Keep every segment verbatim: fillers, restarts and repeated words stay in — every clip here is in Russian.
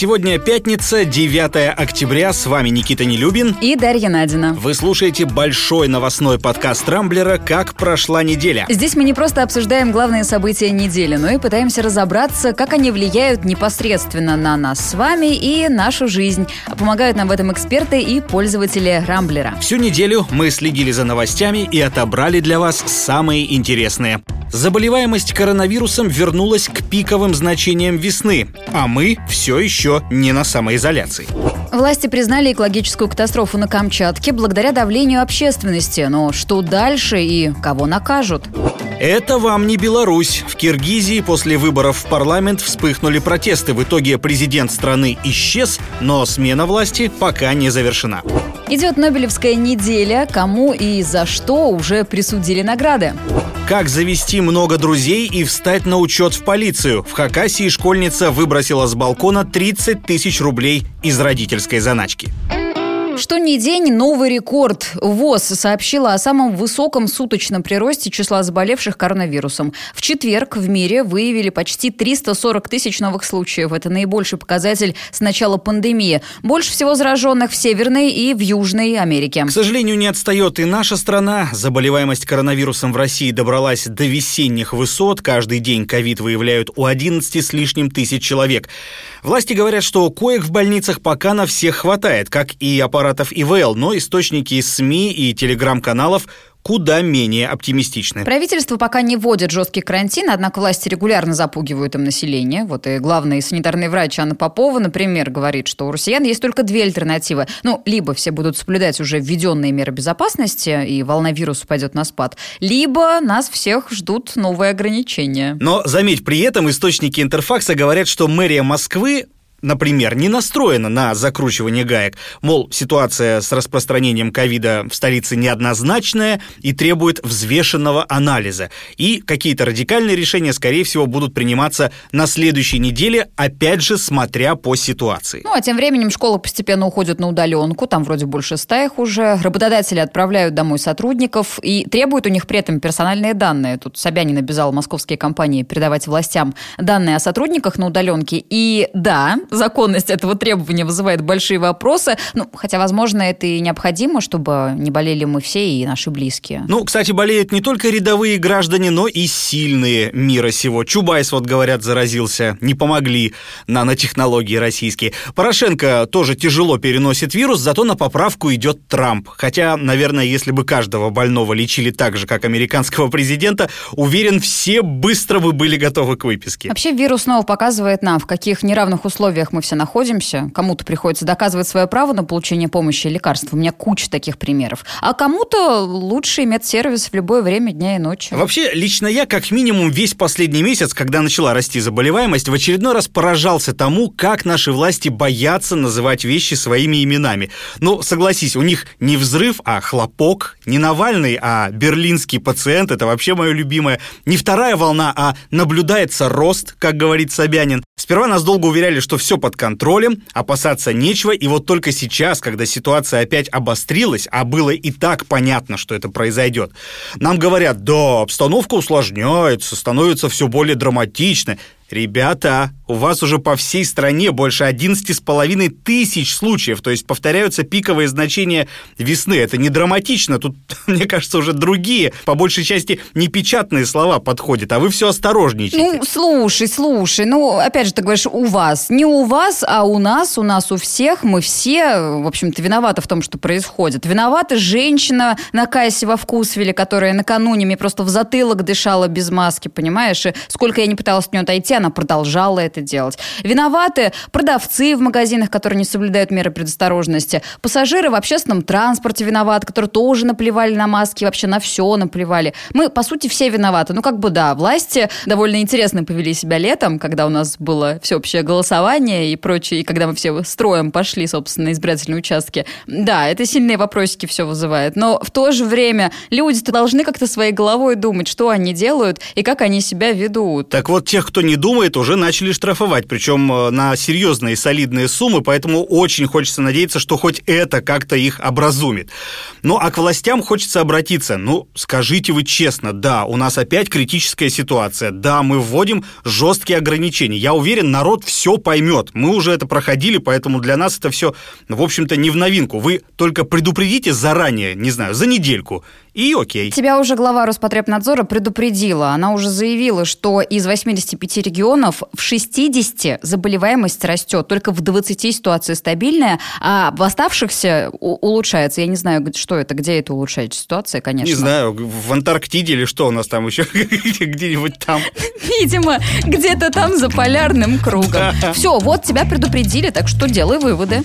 Сегодня пятница, девятое октября. С вами Никита Нелюбин и Дарья Надина. Вы слушаете большой новостной подкаст Рамблера «Как прошла неделя». Здесь мы не просто обсуждаем главные события недели, но и пытаемся разобраться, как они влияют непосредственно на нас с вами и нашу жизнь. Помогают нам в этом эксперты и пользователи Рамблера. Всю неделю мы следили за новостями и отобрали для вас самые интересные. Заболеваемость коронавирусом вернулась к пиковым значениям весны, а мы все еще не на самоизоляции. Власти признали экологическую катастрофу на Камчатке благодаря давлению общественности. Но что дальше и кого накажут? Это вам не Беларусь. В Киргизии после выборов в парламент вспыхнули протесты. В итоге президент страны исчез, но смена власти пока не завершена. Идет Нобелевская неделя. Кому и за что уже присудили награды? Как завести много друзей и встать на учет в полицию? В Хакасии школьница выбросила с балкона тридцать тысяч рублей из родительской заначки. Что ни день, новый рекорд. ВОЗ сообщила о самом высоком суточном приросте числа заболевших коронавирусом. В четверг в мире выявили почти триста сорок тысяч новых случаев. Это наибольший показатель с начала пандемии. Больше всего зараженных в Северной и в Южной Америке. К сожалению, не отстает и наша страна. Заболеваемость коронавирусом в России добралась до весенних высот. Каждый день ковид выявляют у одиннадцати с лишним тысяч человек. Власти говорят, что коек в больницах пока на всех хватает, как и аппаратов И В Л, но источники СМИ и телеграм-каналов куда менее оптимистичны. Правительство пока не вводит жесткий карантин, однако власти регулярно запугивают им население. Вот и главный санитарный врач Анна Попова, например, говорит, что у россиян есть только две альтернативы. Ну, либо все будут соблюдать уже введенные меры безопасности, и волна вируса пойдет на спад, либо нас всех ждут новые ограничения. Но, заметь, при этом источники Интерфакса говорят, что мэрия Москвы, например, не настроена на закручивание гаек. Мол, ситуация с распространением ковида в столице неоднозначная и требует взвешенного анализа. И какие-то радикальные решения, скорее всего, будут приниматься на следующей неделе, опять же, смотря по ситуации. Ну, а тем временем школы постепенно уходят на удаленку, там вроде больше ста их уже. Работодатели отправляют домой сотрудников и требуют у них при этом персональные данные. Тут Собянин обязал московские компании передавать властям данные о сотрудниках на удаленке. И да, законность этого требования вызывает большие вопросы. Ну, хотя, возможно, это и необходимо, чтобы не болели мы все и наши близкие. Ну, кстати, болеют не только рядовые граждане, но и сильные мира сего. Чубайс, вот говорят, заразился. Не помогли нанотехнологии российские. Порошенко тоже тяжело переносит вирус, зато на поправку идет Трамп. Хотя, наверное, если бы каждого больного лечили так же, как американского президента, уверен, все быстро бы были готовы к выписке. Вообще, вирус снова показывает нам, в каких неравных условиях мы все находимся. Кому-то приходится доказывать свое право на получение помощи и лекарств. У меня куча таких примеров. А кому-то лучший медсервис в любое время дня и ночи. Вообще, лично я, как минимум, весь последний месяц, когда начала расти заболеваемость, в очередной раз поражался тому, как наши власти боятся называть вещи своими именами. Ну, согласись, у них не взрыв, а хлопок, не Навальный, а берлинский пациент, это вообще мое любимое, не вторая волна, а наблюдается рост, как говорит Собянин. Сперва нас долго уверяли, что все под контролем, опасаться нечего, и вот только сейчас, когда ситуация опять обострилась, а было и так понятно, что это произойдет, нам говорят: да, обстановка усложняется, становится все более драматично. Ребята, у вас уже по всей стране больше одиннадцати с половиной тысяч случаев, то есть повторяются пиковые значения весны. Это не драматично, тут, мне кажется, уже другие, по большей части, непечатные слова подходят, а вы все осторожничаете. Ну, слушай, слушай, ну, опять же, ты говоришь, у вас. Не у вас, а у нас, у нас у всех, мы все, в общем-то, виноваты в том, что происходит. Виновата женщина на кассе во Вкусвилле, которая накануне мне просто в затылок дышала без маски, понимаешь? И сколько я не пыталась от нее отойти, она продолжала это делать. Виноваты продавцы в магазинах, которые не соблюдают меры предосторожности. Пассажиры в общественном транспорте виноваты, которые тоже наплевали на маски, вообще на все наплевали. Мы, по сути, все виноваты. Ну, как бы да, власти довольно интересно повели себя летом, когда у нас было всеобщее голосование и прочее, и когда мы все строем пошли, собственно, на избирательные участки. Да, это сильные вопросики все вызывает. Но в то же время люди-то должны как-то своей головой думать, что они делают и как они себя ведут. Так вот, тех, кто не думает, уже начали штрафовать оштрафовать, причем на серьезные солидные суммы, поэтому очень хочется надеяться, что хоть это как-то их образумит. Ну, а к властям хочется обратиться. Ну, скажите вы честно, да, у нас опять критическая ситуация, да, мы вводим жесткие ограничения. Я уверен, народ все поймет. Мы уже это проходили, поэтому для нас это все, в общем-то, не в новинку. Вы только предупредите заранее, не знаю, за недельку, и окей. Тебя уже глава Роспотребнадзора предупредила. Она уже заявила, что из восьмидесяти пяти регионов в шестидесяти заболеваемость растет, только в двадцати ситуация стабильная, а в оставшихся улучшается. Я не знаю, что это, где это улучшается ситуация, конечно. Не знаю, в Антарктиде или что у нас там еще, где-нибудь там. Видимо, где-то там за полярным кругом. Все, вот тебя предупредили, так что делай выводы.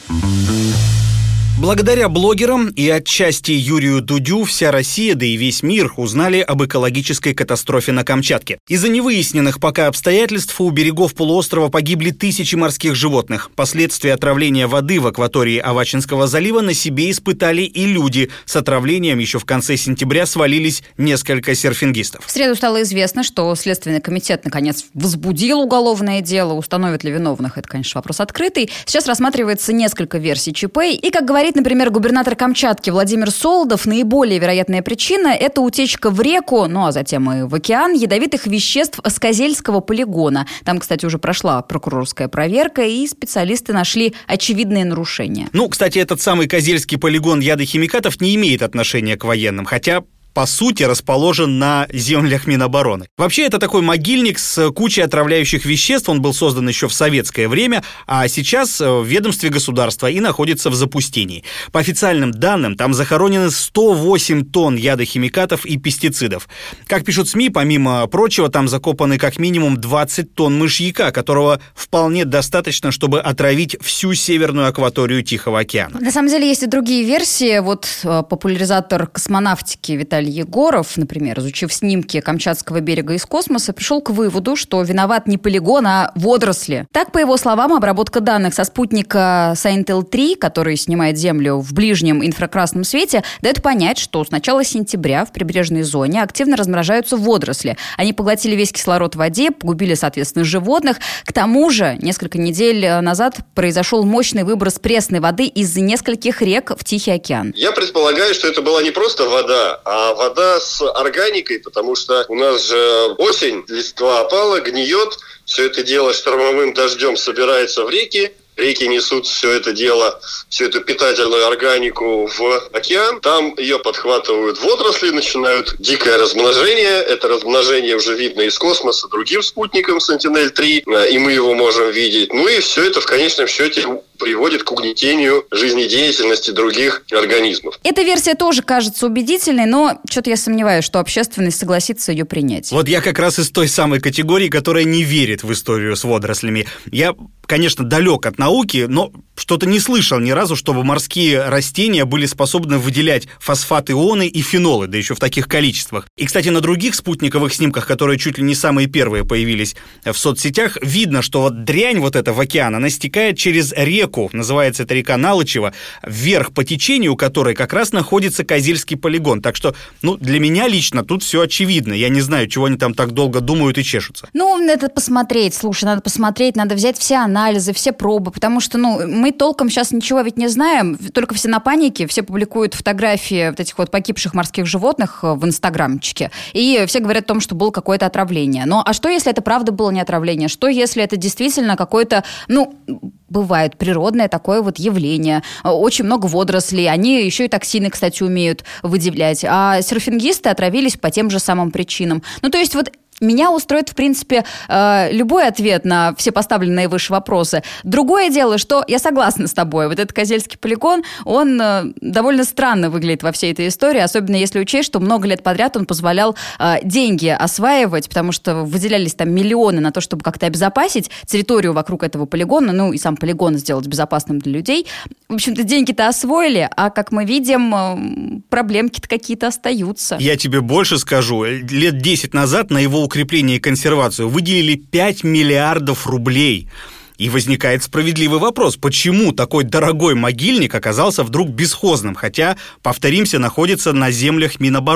Благодаря блогерам и отчасти Юрию Дудю вся Россия, да и весь мир узнали об экологической катастрофе на Камчатке. Из-за невыясненных пока обстоятельств у берегов полуострова погибли тысячи морских животных. Последствия отравления воды в акватории Авачинского залива на себе испытали и люди. С отравлением еще в конце сентября свалились несколько серфингистов. В среду стало известно, что Следственный комитет наконец возбудил уголовное дело. Установят ли виновных, это, конечно, вопрос открытый. Сейчас рассматривается несколько версий ЧП. И, как говорит, например, губернатор Камчатки Владимир Солодов, наиболее вероятная причина – это утечка в реку, ну а затем и в океан, ядовитых веществ с Козельского полигона. Там, кстати, уже прошла прокурорская проверка, и специалисты нашли очевидные нарушения. Ну, кстати, этот самый Козельский полигон ядохимикатов не имеет отношения к военным, хотя по сути, расположен на землях Минобороны. Вообще, это такой могильник с кучей отравляющих веществ. Он был создан еще в советское время, а сейчас в ведомстве государства и находится в запустении. По официальным данным, там захоронены сто восемь тонн ядохимикатов и пестицидов. Как пишут СМИ, помимо прочего, там закопаны как минимум двадцать тонн мышьяка, которого вполне достаточно, чтобы отравить всю северную акваторию Тихого океана. На самом деле, есть и другие версии. Вот популяризатор космонавтики Виталий Егоров, например, изучив снимки Камчатского берега из космоса, пришел к выводу, что виноват не полигон, а водоросли. Так, по его словам, обработка данных со спутника Сайнтел три, который снимает Землю в ближнем инфракрасном свете, дает понять, что с начала сентября в прибрежной зоне активно размножаются водоросли. Они поглотили весь кислород в воде, погубили, соответственно, животных. К тому же, несколько недель назад произошел мощный выброс пресной воды из нескольких рек в Тихий океан. Я предполагаю, что это была не просто вода, а вода с органикой, потому что у нас же осень, листва опала, гниет, все это дело штормовым дождем собирается в реки, реки несут все это дело, всю эту питательную органику в океан, там ее подхватывают водоросли, начинают дикое размножение, это размножение уже видно из космоса другим спутником Сентинель три, и мы его можем видеть, ну и все это в конечном счете приводит к угнетению жизнедеятельности других организмов. Эта версия тоже кажется убедительной, но что-то я сомневаюсь, что общественность согласится ее принять. Вот я как раз из той самой категории, которая не верит в историю с водорослями. Я, конечно, далек от науки, но что-то не слышал ни разу, чтобы морские растения были способны выделять фосфат-ионы и фенолы, да еще в таких количествах. И, кстати, на других спутниковых снимках, которые чуть ли не самые первые появились в соцсетях, видно, что вот дрянь вот эта в океан, она стекает через реку, называется эта река Налычева, вверх по течению которой как раз находится Козельский полигон. Так что, ну, для меня лично тут все очевидно. Я не знаю, чего они там так долго думают и чешутся. Ну, надо посмотреть, слушай, надо посмотреть, надо взять все анализы, все пробы, потому что, ну, мы толком сейчас ничего ведь не знаем, только все на панике, все публикуют фотографии вот этих вот погибших морских животных в инстаграмчике, и все говорят о том, что было какое-то отравление. Но а что, если это правда было не отравление? Что, если это действительно какое-то, ну, бывает природное такое вот явление. Очень много водорослей. Они еще и токсины, кстати, умеют выделять. А серфингисты отравились по тем же самым причинам. Ну, то есть вот меня устроит, в принципе, э, любой ответ на все поставленные выше вопросы. Другое дело, что я согласна с тобой. Вот этот Козельский полигон, он э, довольно странно выглядит во всей этой истории, особенно если учесть, что много лет подряд он позволял э, деньги осваивать, потому что выделялись там миллионы на то, чтобы как-то обезопасить территорию вокруг этого полигона, ну и сам полигон сделать безопасным для людей. В общем-то, деньги-то освоили, а, как мы видим, э, проблемки-то какие-то остаются. Я тебе больше скажу. Лет десять назад на его укрепление и консервацию выделили пять миллиардов рублей. И возникает справедливый вопрос, почему такой дорогой могильник оказался вдруг бесхозным, хотя, повторимся, находится на землях Минобороны.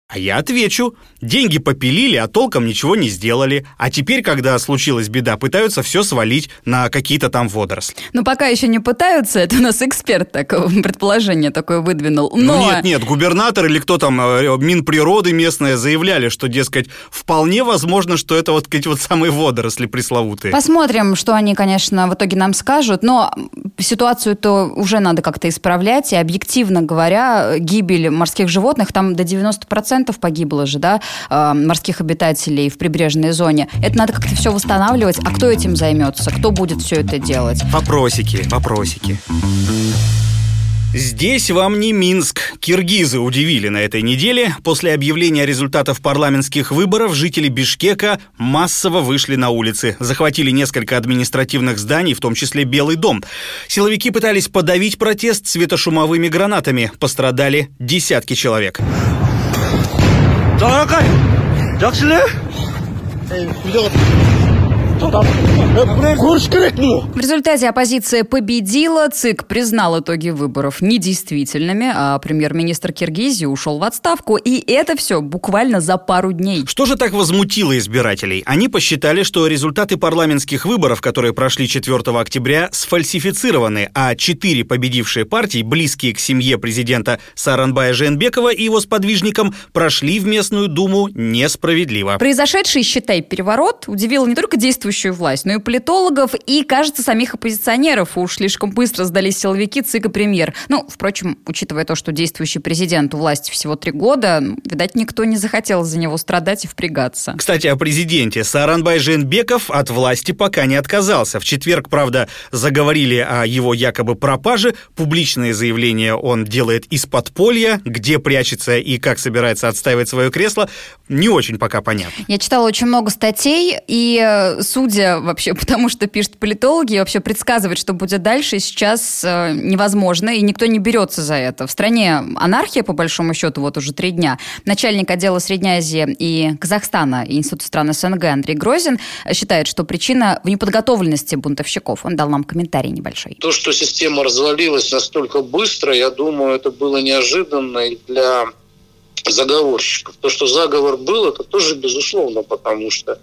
А я отвечу. Деньги попилили, а толком ничего не сделали. А теперь, когда случилась беда, пытаются все свалить на какие-то там водоросли. Ну, пока еще не пытаются, это у нас эксперт такое предположение такое выдвинул. Но... Ну, нет-нет, губернатор или кто там, Минприроды местное заявляли, что, дескать, вполне возможно, что это вот эти вот самые водоросли пресловутые. Посмотрим, что они, конечно, в итоге нам скажут, но ситуацию-то уже надо как-то исправлять, и объективно говоря, гибель морских животных, там до девяносто процентов погибло же, да, морских обитателей в прибрежной зоне. Это надо как-то все восстанавливать. А кто этим займется? Кто будет все это делать? Вопросики, вопросики. Здесь вам не Минск. Киргизы удивили на этой неделе. После объявления результатов парламентских выборов жители Бишкека массово вышли на улицы. Захватили несколько административных зданий, в том числе Белый дом. Силовики пытались подавить протест светошумовыми гранатами. Пострадали десятки человек. В результате оппозиция победила, ЦИК признал итоги выборов недействительными, а премьер-министр Киргизии ушел в отставку, и это все буквально за пару дней. Что же так возмутило избирателей? Они посчитали, что результаты парламентских выборов, которые прошли четвёртого октября, сфальсифицированы, а четыре победившие партии, близкие к семье президента Сооронбая Жээнбекова и его сподвижникам, прошли в местную думу несправедливо. Произошедший, считай, переворот удивил не только действующую власть, но и политологов, и, кажется, самих оппозиционеров. Уж слишком быстро сдались силовики, ЦИК и премьер. Ну, впрочем, учитывая то, что действующий президент у власти всего три года, видать, никто не захотел за него страдать и впрягаться. Кстати, о президенте. Сооронбай Жээнбеков от власти пока не отказался. В четверг, правда, заговорили о его якобы пропаже. Публичные заявления он делает из подполья, где прячется и как собирается отстаивать свое кресло, не очень пока понятно. Я читала очень много статей, и судя вообще потому, что пишут политологи, вообще предсказывать, что будет дальше, сейчас э, невозможно, и никто не берется за это. В стране анархия, по большому счету, вот уже три дня. Начальник отдела Средней Азии и Казахстана и Института стран СНГ Андрей Грозин считает, что причина в неподготовленности бунтовщиков. Он дал нам комментарий небольшой. То, что система развалилась настолько быстро, я думаю, это было неожиданно и для заговорщиков. То, что заговор был, это тоже безусловно, потому что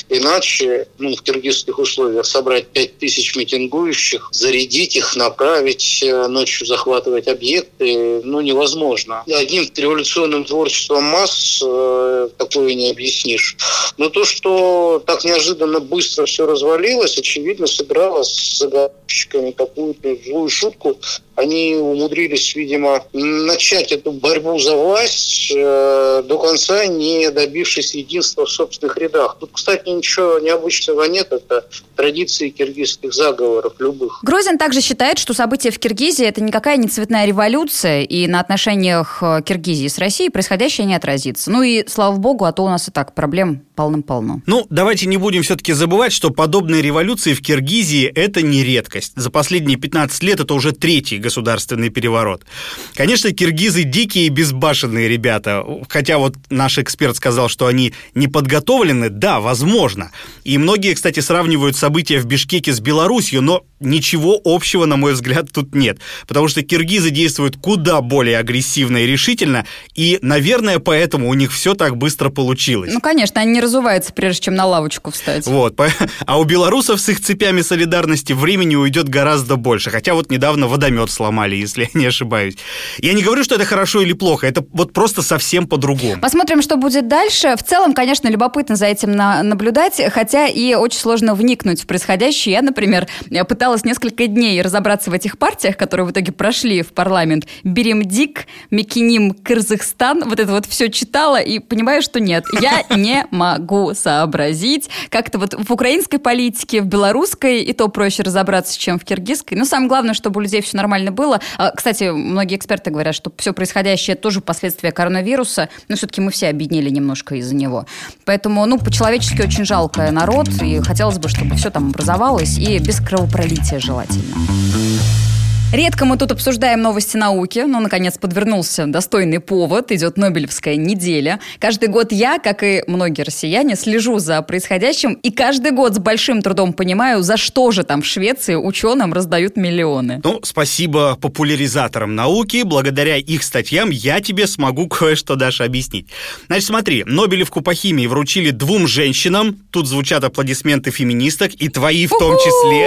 иначе, ну, в киргизских условиях собрать пять тысяч митингующих, зарядить их, направить, ночью захватывать объекты, ну, невозможно. Одним революционным творчеством масс э, такое не объяснишь. Но то, что так неожиданно быстро все развалилось, очевидно, сыграло с заговорщиками какую-то злую шутку. Они умудрились, видимо, начать эту борьбу за власть э, до конца, не добившись единства в собственных рядах. Тут, кстати, ничего необычного нет. Это традиции киргизских заговоров любых. Грозин также считает, что события в Киргизии – это никакая не цветная революция, и на отношениях Киргизии с Россией происходящее не отразится. Ну и, слава богу, а то у нас и так проблем полным-полно. Ну, давайте не будем все-таки забывать, что подобные революции в Киргизии – это не редкость. За последние пятнадцать лет это уже третий государственный переворот. Конечно, киргизы дикие и безбашенные ребята. Хотя вот наш эксперт сказал, что они не подготовлены. Да, возможно. И многие, кстати, сравнивают события в Бишкеке с Беларусью, но ничего общего, на мой взгляд, тут нет. Потому что киргизы действуют куда более агрессивно и решительно, и, наверное, поэтому у них все так быстро получилось. Ну, конечно, они не разуваются, прежде чем на лавочку встать. Вот. А у белорусов с их цепями солидарности времени уйдет гораздо больше. Хотя вот недавно водомет сломали, если я не ошибаюсь. Я не говорю, что это хорошо или плохо, это вот просто совсем по-другому. Посмотрим, что будет дальше. В целом, конечно, любопытно за этим на- наблюдать, хотя и очень сложно вникнуть в происходящее. Я, например, пыталась несколько дней разобраться в этих партиях, которые в итоге прошли в парламент. Беремдик, Мекиним, Кыргызстан. Вот это вот все читала и понимаю, что нет. Я не могу сообразить. Как-то вот в украинской политике, в белорусской и то проще разобраться, чем в киргизской. Но самое главное, чтобы у людей все нормально было. Кстати, многие эксперты говорят, что все происходящее тоже последствия коронавируса, но все-таки мы все объединили немножко из-за него. Поэтому, ну, по-человечески очень жалко народ, и хотелось бы, чтобы все там образовалось и без кровопролития желательно. Редко мы тут обсуждаем новости науки, но, наконец, подвернулся достойный повод. Идет Нобелевская неделя. Каждый год я, как и многие россияне, слежу за происходящим и каждый год с большим трудом понимаю, за что же там в Швеции ученым раздают миллионы. Ну, спасибо популяризаторам науки. Благодаря их статьям я тебе смогу кое-что даже объяснить. Значит, смотри, Нобелевку по химии вручили двум женщинам. Тут звучат аплодисменты феминисток, и твои в том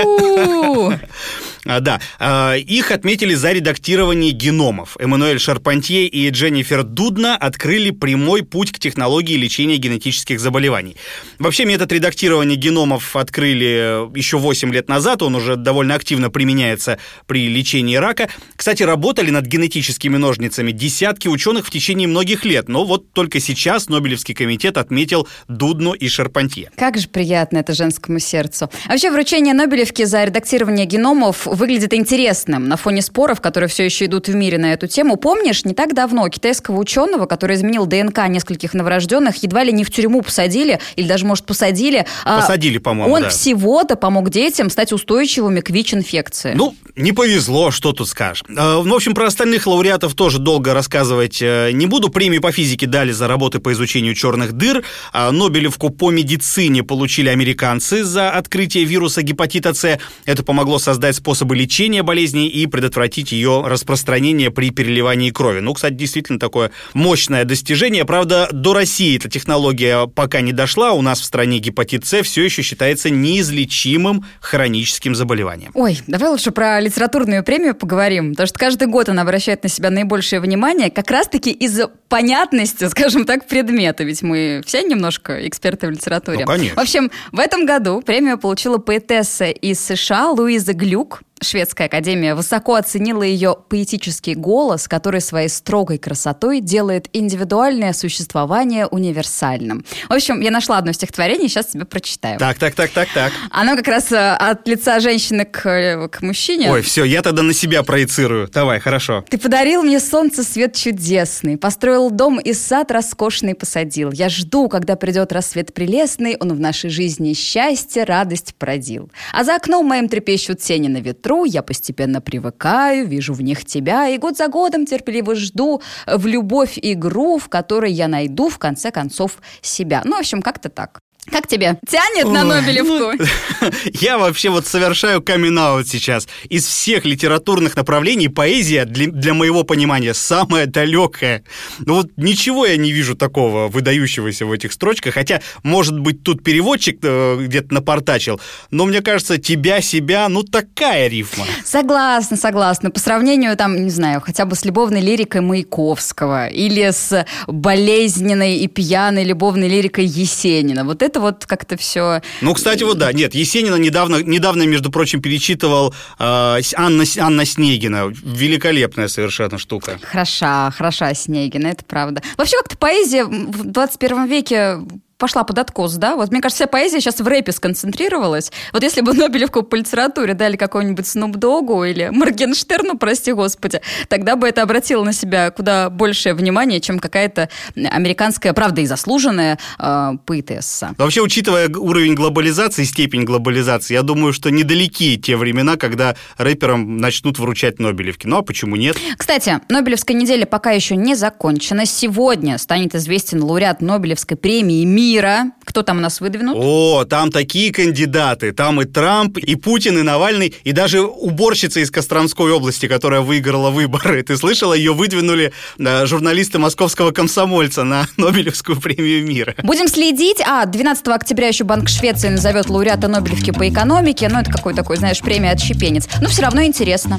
числе. Да, их отметили за редактирование геномов. Эммануэль Шарпантье и Дженнифер Дудна открыли прямой путь к технологии лечения генетических заболеваний. Вообще, метод редактирования геномов открыли еще восемь лет назад, он уже довольно активно применяется при лечении рака. Кстати, работали над генетическими ножницами десятки ученых в течение многих лет, но вот только сейчас Нобелевский комитет отметил Дудну и Шарпантье. Как же приятно это женскому сердцу. А вообще, вручение Нобелевки за редактирование геномов выглядит интересным на фоне споров, которые все еще идут в мире на эту тему. Помнишь, не так давно китайского ученого, который изменил ДНК нескольких новорожденных, едва ли не в тюрьму посадили, или даже, может, посадили. Посадили, по-моему, Он да. всего-то помог детям стать устойчивыми к ВИЧ-инфекции. Ну, не повезло, что тут скажешь. В общем, про остальных лауреатов тоже долго рассказывать не буду. Премию по физике дали за работы по изучению черных дыр. Нобелевку по медицине получили американцы за открытие вируса гепатита С. Это помогло создать способы лечения болезни и предотвратить ее распространение при переливании крови. Ну, кстати, действительно такое мощное достижение. Правда, до России эта технология пока не дошла. У нас в стране гепатит С все еще считается неизлечимым хроническим заболеванием. Ой, давай лучше про литературную премию поговорим, потому что каждый год она обращает на себя наибольшее внимание как раз-таки из-за понятности, скажем так, предмета. Ведь мы все немножко эксперты в литературе. Ну, конечно. В общем, в этом году премию получила поэтесса из США Луиза Глюк. Шведская академия высоко оценила ее поэтический голос, который своей строгой красотой делает индивидуальное существование универсальным. В общем, я нашла одно стихотворение, сейчас тебе прочитаю. Так, так, так, так, так. Оно как раз от лица женщины к, к мужчине. Ой, все, я тогда на себя проецирую. Давай, хорошо. Ты подарил мне солнце свет чудесный, построил дом и сад роскошный посадил. Я жду, когда придет рассвет прелестный, он в нашей жизни счастье, радость продил. А за окном моим трепещут тени на ветру, я постепенно привыкаю, вижу в них тебя, и год за годом терпеливо жду в любовь игру, в которой я найду, в конце концов, себя. Ну, в общем, как-то так. Как тебе? Тянет на Нобелевку? Ну, я вообще вот совершаю камин-аут сейчас. Из всех литературных направлений поэзия, для, для моего понимания, самая далекая. Ну вот ничего я не вижу такого выдающегося в этих строчках, хотя, может быть, тут переводчик э, где-то напортачил, но мне кажется, тебя, себя, ну такая рифма. Согласна, согласна. По сравнению, там, не знаю, хотя бы с любовной лирикой Маяковского или с болезненной и пьяной любовной лирикой Есенина. Вот это Это вот как-то все... Ну, кстати, вот да, нет, Есенина недавно, недавно между прочим, перечитывал э, Анна, Анна Снегина. Великолепная совершенно штука. Хороша, хороша Снегина, это правда. Вообще, как-то поэзия в двадцать первом веке пошла под откос, да? Вот мне кажется, вся поэзия сейчас в рэпе сконцентрировалась. Вот если бы Нобелевку по литературе дали какому-нибудь Снуп Доггу или Моргенштерну, прости господи, тогда бы это обратило на себя куда большее внимание, чем какая-то американская, правда и заслуженная, э, поэтесса. Вообще, учитывая уровень глобализации, степень глобализации, я думаю, что недалеки те времена, когда рэперам начнут вручать Нобелевки. Ну, а почему нет? Кстати, Нобелевская неделя пока еще не закончена. Сегодня станет известен лауреат Нобелевской премии мира. Кто там у нас выдвинут? О, там такие кандидаты. Там и Трамп, и Путин, и Навальный, и даже уборщица из Костромской области, которая выиграла выборы. Ты слышала, ее выдвинули да, журналисты московского «Комсомольца» на Нобелевскую премию мира. Будем следить. А, двенадцатого октября еще Банк Швеции назовет лауреата Нобелевки по экономике. Ну, это какой такой, знаешь, премия отщепенец. Но все равно интересно.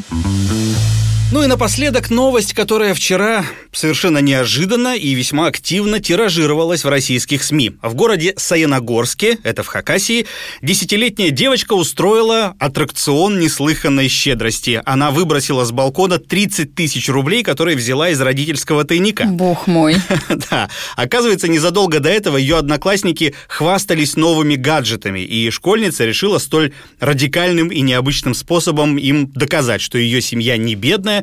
Ну и напоследок новость, которая вчера совершенно неожиданно и весьма активно тиражировалась в российских СМИ. В городе Саяногорске, это в Хакасии, десятилетняя девочка устроила аттракцион неслыханной щедрости. Она выбросила с балкона тридцать тысяч рублей, которые взяла из родительского тайника. Бог мой. Да. Оказывается, незадолго до этого ее одноклассники хвастались новыми гаджетами, и школьница решила столь радикальным и необычным способом им доказать, что ее семья не бедная,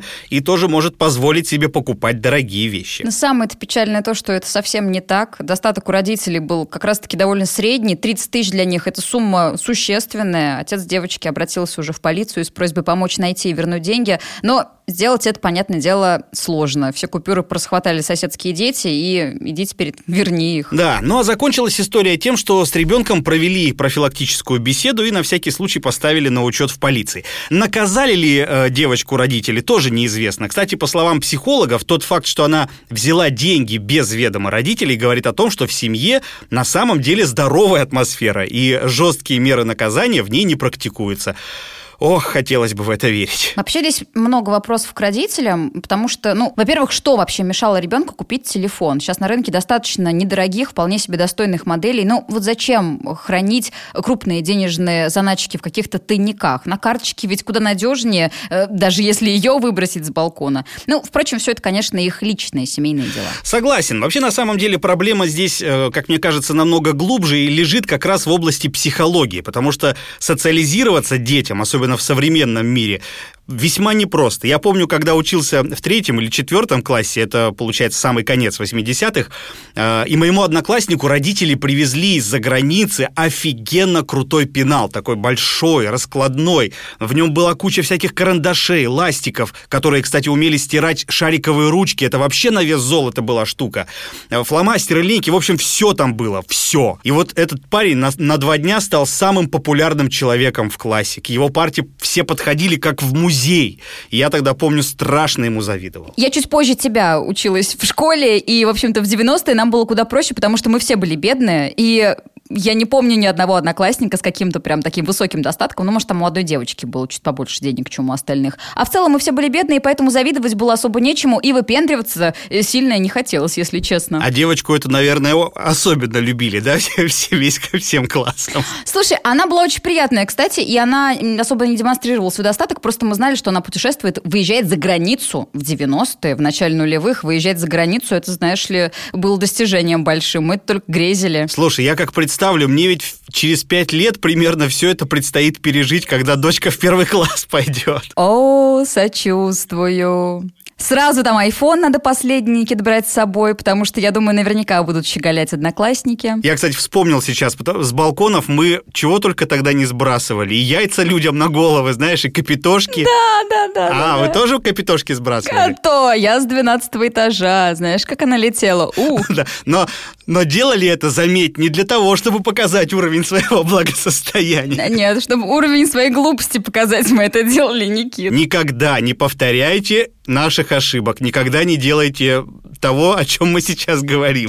свободна и тоже может позволить себе покупать дорогие вещи. Но самое-то печальное то, что это совсем не так. Достаток у родителей был как раз-таки довольно средний. тридцать тысяч для них – это сумма существенная. Отец девочки обратился уже в полицию с просьбой помочь найти и вернуть деньги. Но сделать это, понятное дело, сложно. Все купюры просхватали соседские дети, и иди теперь верни их. Да, ну а закончилась история тем, что с ребенком провели профилактическую беседу и на всякий случай поставили на учет в полиции. Наказали ли э, девочку родители, тоже неизвестно. Кстати, по словам психологов, тот факт, что она взяла деньги без ведома родителей, говорит о том, что в семье на самом деле здоровая атмосфера, и жесткие меры наказания в ней не практикуются. Ох, хотелось бы в это верить. Вообще здесь много вопросов к родителям, потому что, ну, во-первых, что вообще мешало ребенку купить телефон? Сейчас на рынке достаточно недорогих, вполне себе достойных моделей. Ну, вот зачем хранить крупные денежные заначки в каких-то тайниках? На карточке ведь куда надежнее, даже если ее выбросить с балкона. Ну, впрочем, все это, конечно, их личные семейные дела. Согласен. Вообще, на самом деле, проблема здесь, как мне кажется, намного глубже и лежит как раз в области психологии, потому что социализироваться детям, особенно в современном мире, весьма непросто. Я помню, когда учился в третьем или четвертом классе, это, получается, самый конец восьмидесятых, э, и моему однокласснику родители привезли из-за границы офигенно крутой пенал, такой большой, раскладной. В нем была куча всяких карандашей, ластиков, которые, кстати, умели стирать шариковые ручки. Это вообще на вес золота была штука. Фломастеры, линейки, в общем, все там было, все. И вот этот парень на, на два дня стал самым популярным человеком в классе. К его парте все подходили как в музей. Музей. Я тогда, помню, страшно ему завидовал. Я чуть позже тебя училась в школе, и, в общем-то, в девяностые нам было куда проще, потому что мы все были бедные, и я не помню ни одного одноклассника с каким-то прям таким высоким достатком. Ну, может, там у одной девочки было чуть побольше денег, чем у остальных. А в целом мы все были бедные, поэтому завидовать было особо нечему, и выпендриваться сильно не хотелось, если честно. А девочку эту, наверное, особенно любили, да? Все, весь, всем классом. Слушай, она была очень приятная, кстати, и она особо не демонстрировала свой достаток, просто мы знали, что она путешествует, выезжает за границу в девяностые, в начале нулевых. Выезжать за границу, это, знаешь ли, было достижением большим. Мы только грезили. Слушай, я как представляю, мне ведь через пять лет примерно все это предстоит пережить, когда дочка в первый класс пойдет. О, сочувствую. Сразу там айфон надо последний брать с собой, потому что, я думаю, наверняка будут щеголять одноклассники. Я, кстати, вспомнил сейчас, с балконов мы чего только тогда не сбрасывали. И яйца людям на головы, знаешь, и капитошки. Да, да, да. А, да, вы да. тоже капитошки сбрасывали? А то, я с двенадцатого этажа, знаешь, как она летела. Ух. Да, но, но делали это, заметь, не для того, чтобы показать уровень своего благосостояния. Нет, чтобы уровень своей глупости показать, мы это делали, Никит. Никогда не повторяйте наших ошибок. Никогда не делайте того, о чем мы сейчас говорим.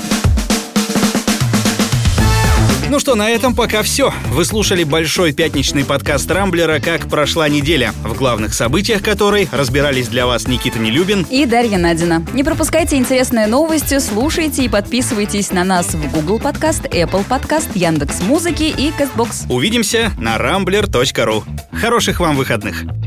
Ну что, на этом пока все. Вы слушали большой пятничный подкаст Рамблера «Как прошла неделя», в главных событиях которой разбирались для вас Никита Нелюбин и Дарья Надина. Не пропускайте интересные новости, слушайте и подписывайтесь на нас в Google Подкаст, Apple Подкаст, Яндекс.Музыки и Кастбокс. Увидимся на рамблер точка ру. Хороших вам выходных.